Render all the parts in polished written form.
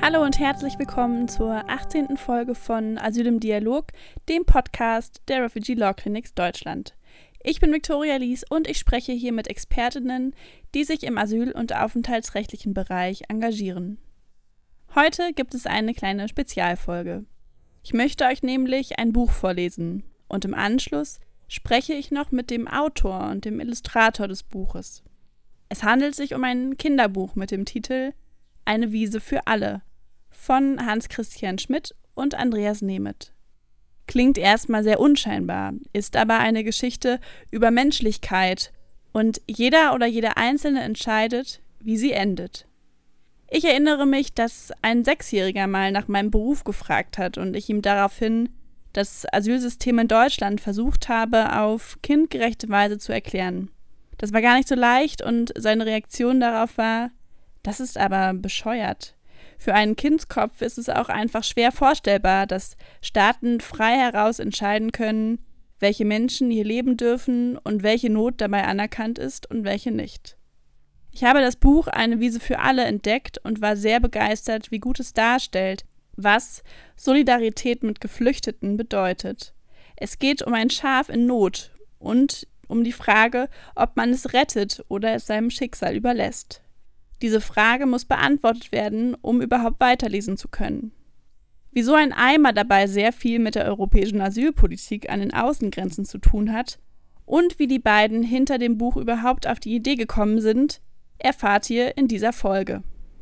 Hallo und herzlich willkommen zur 18. Folge von Asyl im Dialog, dem Podcast der Refugee Law Clinics Deutschland. Ich bin Viktoria Lies und ich spreche hier mit Expertinnen, die sich im asyl- und aufenthaltsrechtlichen Bereich engagieren. Heute gibt es eine kleine Spezialfolge. Ich möchte euch nämlich ein Buch vorlesen und im Anschluss spreche ich noch mit dem Autor und dem Illustrator des Buches. Es handelt sich um ein Kinderbuch mit dem Titel Eine Wiese für alle von Hans-Christian Schmidt und Andreas Nemeth. Klingt erstmal sehr unscheinbar, ist aber eine Geschichte über Menschlichkeit und jeder oder jede Einzelne entscheidet, wie sie endet. Ich erinnere mich, dass ein 6-Jähriger mal nach meinem Beruf gefragt hat und ich ihm daraufhin das Asylsystem in Deutschland versucht habe, auf kindgerechte Weise zu erklären. Das war gar nicht so leicht und seine Reaktion darauf war: Das ist aber bescheuert. Für einen Kindskopf ist es auch einfach schwer vorstellbar, dass Staaten frei heraus entscheiden können, welche Menschen hier leben dürfen und welche Not dabei anerkannt ist und welche nicht. Ich habe das Buch Eine Wiese für alle entdeckt und war sehr begeistert, wie gut es darstellt, was Solidarität mit Geflüchteten bedeutet. Es geht um ein Schaf in Not und um die Frage, ob man es rettet oder es seinem Schicksal überlässt. Diese Frage muss beantwortet werden, um überhaupt weiterlesen zu können. Wieso ein Eimer dabei sehr viel mit der europäischen Asylpolitik an den Außengrenzen zu tun hat und wie die beiden hinter dem Buch überhaupt auf die Idee gekommen sind, erfahrt ihr in dieser Folge.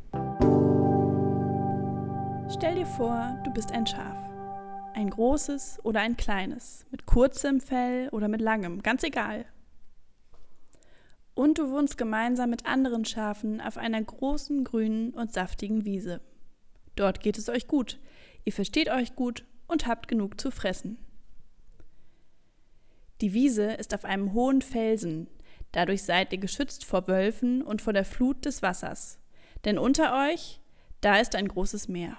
Stell dir vor, du bist ein Schaf. Ein großes oder ein kleines, mit kurzem Fell oder mit langem, ganz egal. Und du wohnst gemeinsam mit anderen Schafen auf einer großen, grünen und saftigen Wiese. Dort geht es euch gut, ihr versteht euch gut und habt genug zu fressen. Die Wiese ist auf einem hohen Felsen, dadurch seid ihr geschützt vor Wölfen und vor der Flut des Wassers. Denn unter euch, da ist ein großes Meer.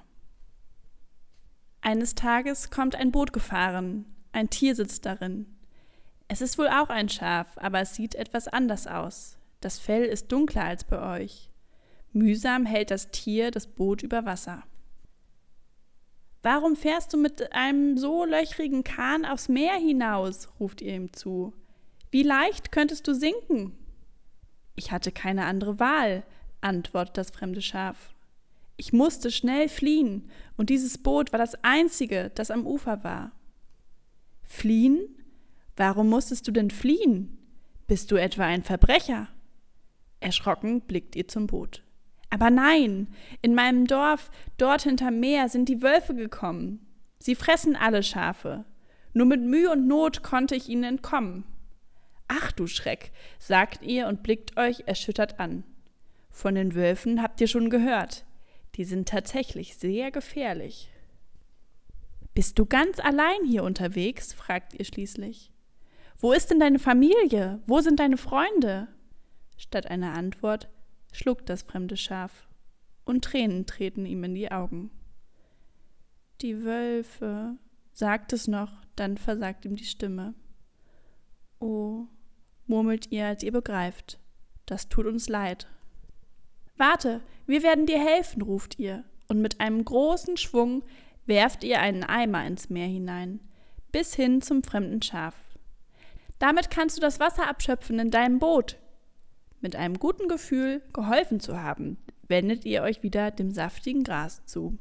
Eines Tages kommt ein Boot gefahren, ein Tier sitzt darin. Es ist wohl auch ein Schaf, aber es sieht etwas anders aus. Das Fell ist dunkler als bei euch. Mühsam hält das Tier das Boot über Wasser. »Warum fährst du mit einem so löchrigen Kahn aufs Meer hinaus?« ruft ihr ihm zu. »Wie leicht könntest du sinken?« »Ich hatte keine andere Wahl«, antwortet das fremde Schaf. »Ich musste schnell fliehen, und dieses Boot war das einzige, das am Ufer war.« »Fliehen? Warum musstest du denn fliehen? Bist du etwa ein Verbrecher?« Erschrocken blickt ihr zum Boot. »Aber nein, in meinem Dorf, dort hinterm Meer, sind die Wölfe gekommen. Sie fressen alle Schafe. Nur mit Mühe und Not konnte ich ihnen entkommen.« »Ach du Schreck«, sagt ihr und blickt euch erschüttert an. »Von den Wölfen habt ihr schon gehört. Die sind tatsächlich sehr gefährlich.« »Bist du ganz allein hier unterwegs?« fragt ihr schließlich. »Wo ist denn deine Familie? Wo sind deine Freunde?« Statt einer Antwort schluckt das fremde Schaf und Tränen treten ihm in die Augen. »Die Wölfe«, sagt es noch, dann versagt ihm die Stimme. »Oh«, murmelt ihr, als ihr begreift, »das tut uns leid.« »Warte, wir werden dir helfen«, ruft ihr, und mit einem großen Schwung werft ihr einen Eimer ins Meer hinein, bis hin zum fremden Schaf. »Damit kannst du das Wasser abschöpfen in deinem Boot.« Mit einem guten Gefühl, geholfen zu haben, wendet ihr euch wieder dem saftigen Gras zu.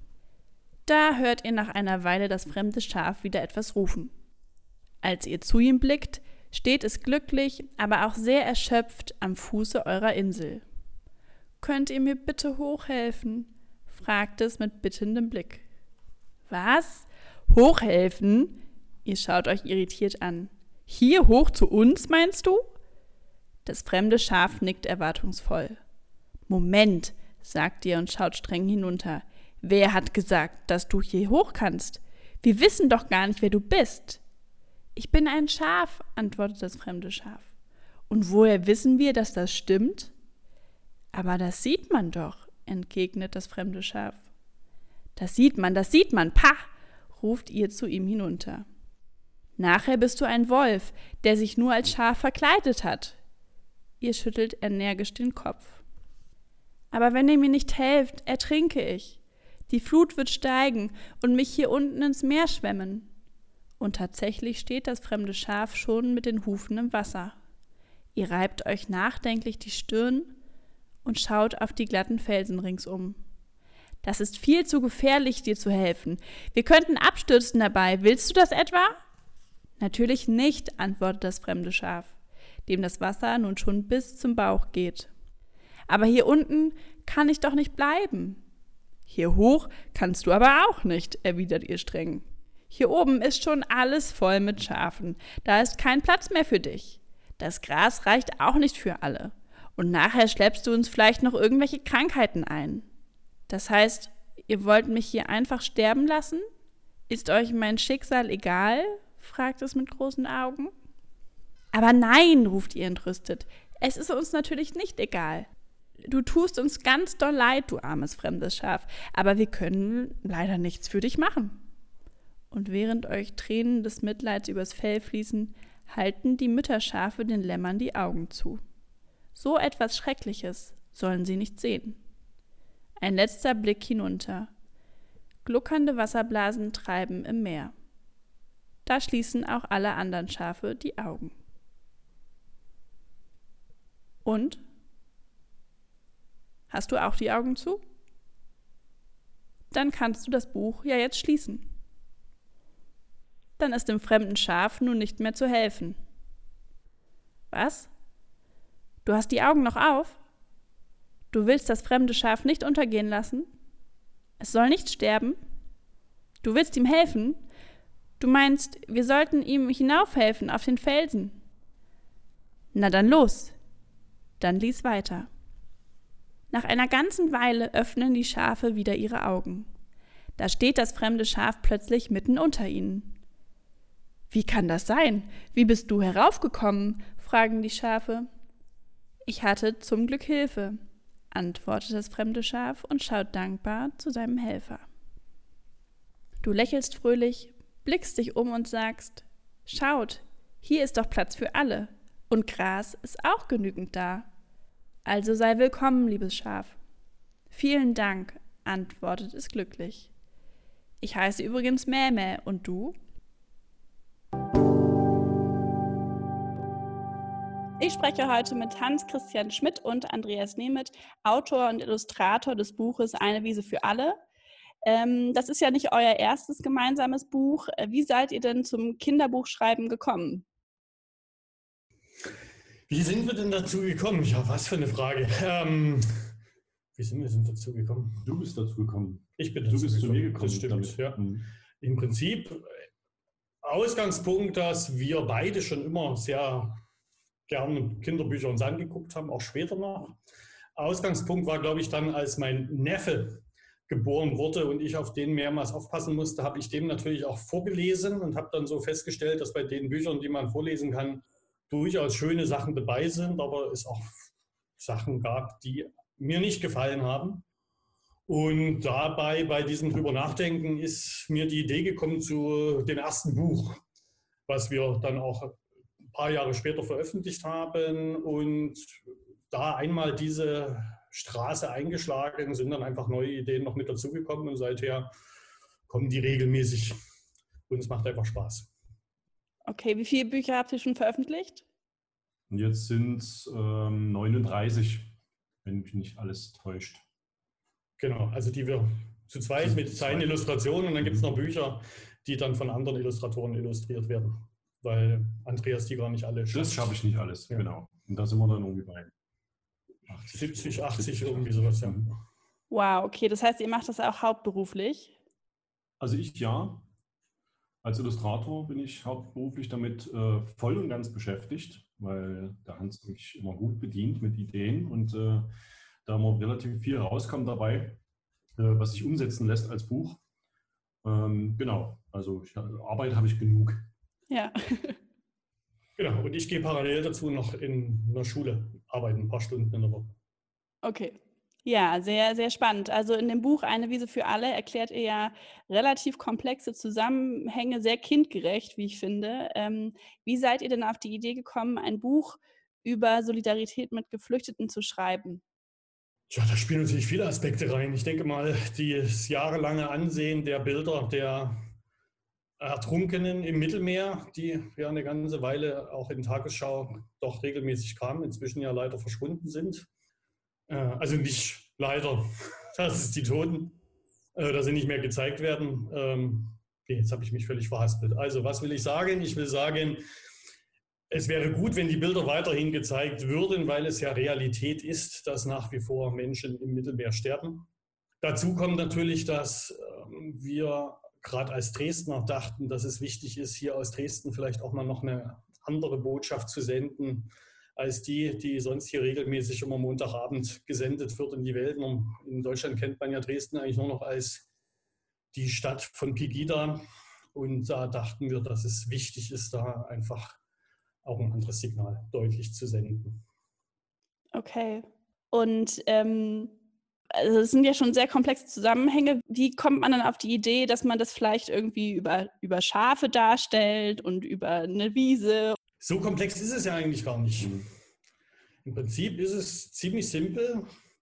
Da hört ihr nach einer Weile das fremde Schaf wieder etwas rufen. Als ihr zu ihm blickt, steht es glücklich, aber auch sehr erschöpft am Fuße eurer Insel. »Könnt ihr mir bitte hochhelfen?« fragt es mit bittendem Blick. »Was? Hochhelfen?« Ihr schaut euch irritiert an. »Hier hoch zu uns, meinst du?« Das fremde Schaf nickt erwartungsvoll. »Moment«, sagt ihr und schaut streng hinunter. »Wer hat gesagt, dass du hier hoch kannst? Wir wissen doch gar nicht, wer du bist.« »Ich bin ein Schaf«, antwortet das fremde Schaf. »Und woher wissen wir, dass das stimmt?« »Aber das sieht man doch«, entgegnet das fremde Schaf. Das sieht man, pah«, ruft ihr zu ihm hinunter. »Nachher bist du ein Wolf, der sich nur als Schaf verkleidet hat.« Ihr schüttelt energisch den Kopf. »Aber wenn ihr mir nicht helft, ertrinke ich. Die Flut wird steigen und mich hier unten ins Meer schwemmen. Und tatsächlich steht das fremde Schaf schon mit den Hufen im Wasser. Ihr reibt euch nachdenklich die Stirn und schaut auf die glatten Felsen ringsum. Das ist viel zu gefährlich, dir zu helfen. Wir könnten abstürzen dabei. Willst du das etwa? Natürlich nicht, antwortet das fremde Schaf, dem das Wasser nun schon bis zum Bauch geht. Aber hier unten kann ich doch nicht bleiben. Hier hoch kannst du aber auch nicht, erwidert ihr streng. Hier oben ist schon alles voll mit Schafen. Da ist kein Platz mehr für dich. Das Gras reicht auch nicht für alle. Und nachher schleppst du uns vielleicht noch irgendwelche Krankheiten ein. Das heißt, ihr wollt mich hier einfach sterben lassen? Ist euch mein Schicksal egal? Fragt es mit großen Augen. Aber nein, ruft ihr entrüstet. Es ist uns natürlich nicht egal. Du tust uns ganz doll leid, du armes fremdes Schaf, aber wir können leider nichts für dich machen. Und während euch Tränen des Mitleids übers Fell fließen, halten die Mütterschafe den Lämmern die Augen zu. So etwas Schreckliches sollen sie nicht sehen. Ein letzter Blick hinunter. Gluckernde Wasserblasen treiben im Meer. Da schließen auch alle anderen Schafe die Augen. Und? Hast du auch die Augen zu? Dann kannst du das Buch ja jetzt schließen. Dann ist dem fremden Schaf nun nicht mehr zu helfen. Was? Du hast die Augen noch auf? Du willst das fremde Schaf nicht untergehen lassen? Es soll nicht sterben? Du willst ihm helfen? Du meinst, wir sollten ihm hinaufhelfen auf den Felsen? Na dann los! Dann lies weiter. Nach einer ganzen Weile öffnen die Schafe wieder ihre Augen. Da steht das fremde Schaf plötzlich mitten unter ihnen. »Wie kann das sein? Wie bist du heraufgekommen?« fragen die Schafe. »Ich hatte zum Glück Hilfe«, antwortet das fremde Schaf und schaut dankbar zu seinem Helfer. Du lächelst fröhlich, blickst dich um und sagst, »Schaut, hier ist doch Platz für alle und Gras ist auch genügend da. Also sei willkommen, liebes Schaf.« »Vielen Dank«, antwortet es glücklich. »Ich heiße übrigens Mähmäh, und du?« Ich spreche heute mit Hans-Christian Schmidt und Andreas Nemeth, Autor und Illustrator des Buches Eine Wiese für alle. Das ist ja nicht euer erstes gemeinsames Buch. Wie seid ihr denn zum Kinderbuchschreiben gekommen? Wie sind wir denn dazu gekommen? Ja, was für eine Frage. Wie sind wir denn dazu gekommen? Du bist dazu gekommen. Ich bin Du dazu bist zu gekommen. mir gekommen. Das stimmt, damit. ja. Mhm. Im Prinzip Ausgangspunkt, dass wir beide schon immer sehr gerne Kinderbücher uns angeguckt haben, auch später noch. Ausgangspunkt war, glaube ich, dann, als mein Neffe geboren wurde und ich auf den mehrmals aufpassen musste, habe ich dem natürlich auch vorgelesen und habe dann so festgestellt, dass bei den Büchern, die man vorlesen kann, durchaus schöne Sachen dabei sind, aber es auch Sachen gab, die mir nicht gefallen haben. Und dabei, bei diesem drüber nachdenken, ist mir die Idee gekommen zu dem ersten Buch, was wir dann auch ein paar Jahre später veröffentlicht haben. Und da einmal diese Straße eingeschlagen, sind dann einfach neue Ideen noch mit dazugekommen und seither kommen die regelmäßig und es macht einfach Spaß. Okay, wie viele Bücher habt ihr schon veröffentlicht? Und jetzt sind es 39, wenn mich nicht alles täuscht. Genau, also die wir zu zweit mit seinen Illustrationen und dann gibt es noch Bücher, die dann von anderen Illustratoren illustriert werden, weil Andreas die gar nicht alle schafft. Das schaffe ich nicht alles, ja. Genau. Und da sind wir dann irgendwie bei 70, 80, irgendwie sowas, ja. Wow, okay, das heißt, ihr macht das auch hauptberuflich? Also ich ja. Als Illustrator bin ich hauptberuflich damit voll und ganz beschäftigt, weil der Hans mich immer gut bedient mit Ideen und da immer relativ viel rauskommt dabei, was sich umsetzen lässt als Buch. Genau, also Arbeit habe ich genug. Ja. Genau, und ich gehe parallel dazu noch in einer Schule arbeiten, ein paar Stunden in der Woche. Okay. Ja, sehr, sehr spannend. Also in dem Buch Eine Wiese für alle erklärt ihr ja relativ komplexe Zusammenhänge, sehr kindgerecht, wie ich finde. Wie seid ihr denn auf die Idee gekommen, ein Buch über Solidarität mit Geflüchteten zu schreiben? Ja, da spielen natürlich viele Aspekte rein. Ich denke mal, das jahrelange Ansehen der Bilder der Ertrunkenen im Mittelmeer, die ja eine ganze Weile auch in Tagesschau doch regelmäßig kamen, inzwischen ja leider verschwunden sind. Also nicht leider, dass es die Toten, dass sie nicht mehr gezeigt werden. Okay, jetzt habe ich mich völlig verhaspelt. Also was will ich sagen? Ich will sagen, es wäre gut, wenn die Bilder weiterhin gezeigt würden, weil es ja Realität ist, dass nach wie vor Menschen im Mittelmeer sterben. Dazu kommt natürlich, dass wir gerade als Dresdner dachten, dass es wichtig ist, hier aus Dresden vielleicht auch mal noch eine andere Botschaft zu senden, als die sonst hier regelmäßig immer Montagabend gesendet wird in die Welt. In Deutschland kennt man ja Dresden eigentlich nur noch als die Stadt von Pegida. Und da dachten wir, dass es wichtig ist, da einfach auch ein anderes Signal deutlich zu senden. Okay. Und also es sind ja schon sehr komplexe Zusammenhänge. Wie kommt man dann auf die Idee, dass man das vielleicht irgendwie über Schafe darstellt und über eine Wiese? So komplex ist es ja eigentlich gar nicht. Im Prinzip ist es ziemlich simpel,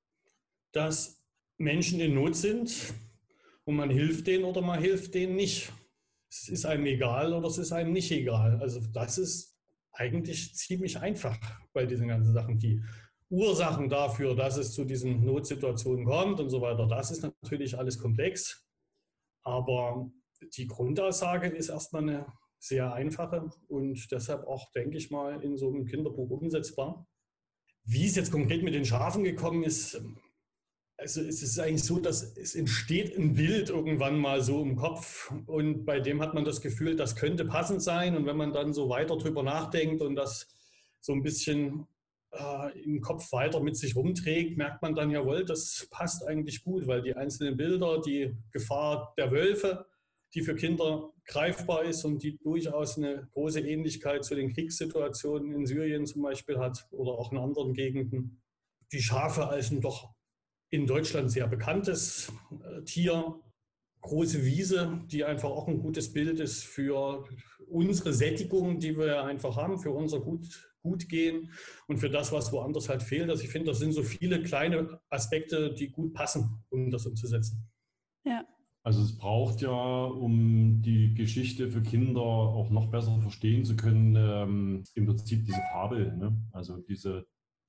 dass Menschen in Not sind und man hilft denen oder man hilft denen nicht. Es ist einem egal oder es ist einem nicht egal. Also das ist eigentlich ziemlich einfach bei diesen ganzen Sachen. Die Ursachen dafür, dass es zu diesen Notsituationen kommt und so weiter, das ist natürlich alles komplex. Aber die Grundaussage ist erstmal eine sehr einfache und deshalb auch, denke ich mal, in so einem Kinderbuch umsetzbar. Wie es jetzt konkret mit den Schafen gekommen ist, also es ist eigentlich so, dass es entsteht ein Bild irgendwann mal so im Kopf und bei dem hat man das Gefühl, das könnte passend sein und wenn man dann so weiter drüber nachdenkt und das so ein bisschen im Kopf weiter mit sich rumträgt, merkt man dann, jawohl, das passt eigentlich gut, weil die einzelnen Bilder, die Gefahr der Wölfe, die für Kinder greifbar ist und die durchaus eine große Ähnlichkeit zu den Kriegssituationen in Syrien zum Beispiel hat oder auch in anderen Gegenden. Die Schafe als ein doch in Deutschland sehr bekanntes Tier, große Wiese, die einfach auch ein gutes Bild ist für unsere Sättigung, die wir einfach haben, für unser Gutgehen und für das, was woanders halt fehlt. Also ich finde, das sind so viele kleine Aspekte, die gut passen, um das umzusetzen. Ja. Also es braucht ja, um die Geschichte für Kinder auch noch besser verstehen zu können, im Prinzip diese Fabel, ne? Also diese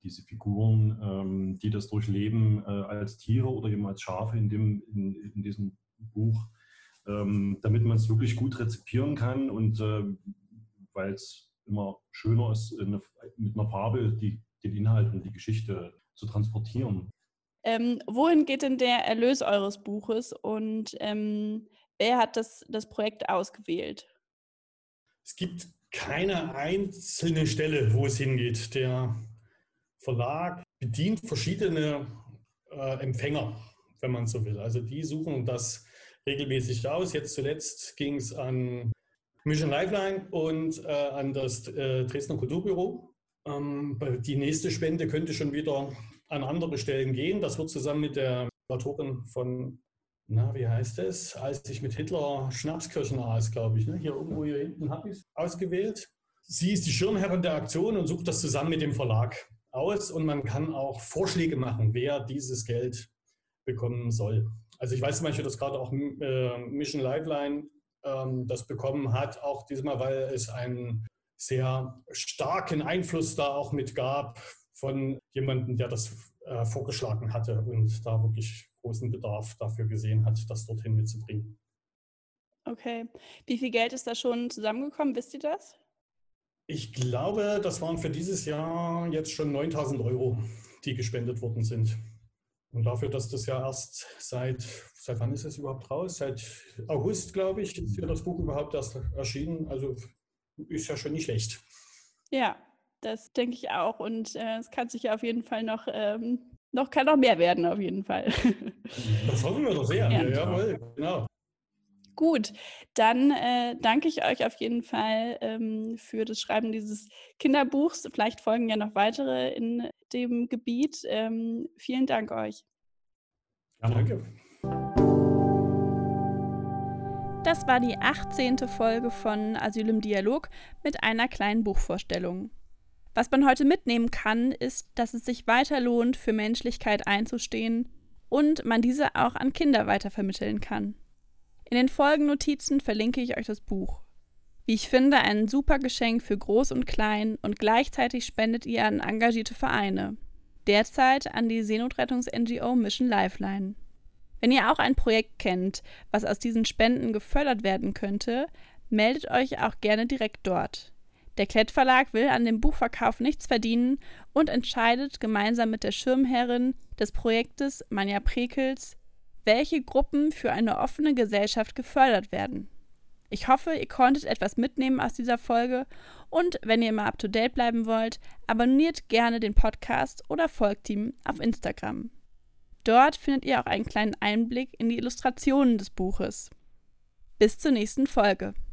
Figuren, die das durchleben als Tiere oder eben als Schafe in diesem Buch, damit man es wirklich gut rezipieren kann und weil es immer schöner ist, mit einer Fabel den Inhalt und die Geschichte zu transportieren. Wohin geht denn der Erlös eures Buches und wer hat das Projekt ausgewählt? Es gibt keine einzelne Stelle, wo es hingeht. Der Verlag bedient verschiedene Empfänger, wenn man so will. Also die suchen das regelmäßig aus. Jetzt zuletzt ging es an Mission Lifeline und an das Dresdner Kulturbüro. Die nächste Spende könnte schon wieder an andere Stellen gehen. Das wird zusammen mit der Autorin von, wie heißt es? Als ich mit Hitler Schnapskirchen aß, glaube ich. Ne? Hier irgendwo hier hinten habe ich es ausgewählt. Sie ist die Schirmherrin der Aktion und sucht das zusammen mit dem Verlag aus. Und man kann auch Vorschläge machen, wer dieses Geld bekommen soll. Also ich weiß zum Beispiel, dass gerade auch Mission Lifeline das bekommen hat, auch diesmal, weil es einen sehr starken Einfluss da auch mit gab von jemandem, der das vorgeschlagen hatte und da wirklich großen Bedarf dafür gesehen hat, das dorthin mitzubringen. Okay. Wie viel Geld ist da schon zusammengekommen? Wisst ihr das? Ich glaube, das waren für dieses Jahr jetzt schon 9.000 €, die gespendet worden sind. Und dafür, dass das ja erst seit wann ist es überhaupt raus? Seit August, glaube ich, ist ja das Buch überhaupt erst erschienen. Also ist ja schon nicht schlecht. Ja, das denke ich auch. Und es kann sich ja auf jeden Fall kann noch mehr werden, auf jeden Fall. Das hoffen wir doch sehr. Ja, jawohl, genau. Gut, dann danke ich euch auf jeden Fall für das Schreiben dieses Kinderbuchs. Vielleicht folgen ja noch weitere in dem Gebiet. Vielen Dank euch. Ja, danke. Das war die 18. Folge von Asyl im Dialog mit einer kleinen Buchvorstellung. Was man heute mitnehmen kann, ist, dass es sich weiter lohnt, für Menschlichkeit einzustehen und man diese auch an Kinder weitervermitteln kann. In den Folgennotizen verlinke ich euch das Buch. Wie ich finde, ein super Geschenk für Groß und Klein und gleichzeitig spendet ihr an engagierte Vereine. Derzeit an die Seenotrettungs-NGO Mission Lifeline. Wenn ihr auch ein Projekt kennt, was aus diesen Spenden gefördert werden könnte, meldet euch auch gerne direkt dort. Der Klett Verlag will an dem Buchverkauf nichts verdienen und entscheidet gemeinsam mit der Schirmherrin des Projektes, Manja Prekels, welche Gruppen für eine offene Gesellschaft gefördert werden. Ich hoffe, ihr konntet etwas mitnehmen aus dieser Folge und wenn ihr immer up-to-date bleiben wollt, abonniert gerne den Podcast oder folgt ihm auf Instagram. Dort findet ihr auch einen kleinen Einblick in die Illustrationen des Buches. Bis zur nächsten Folge.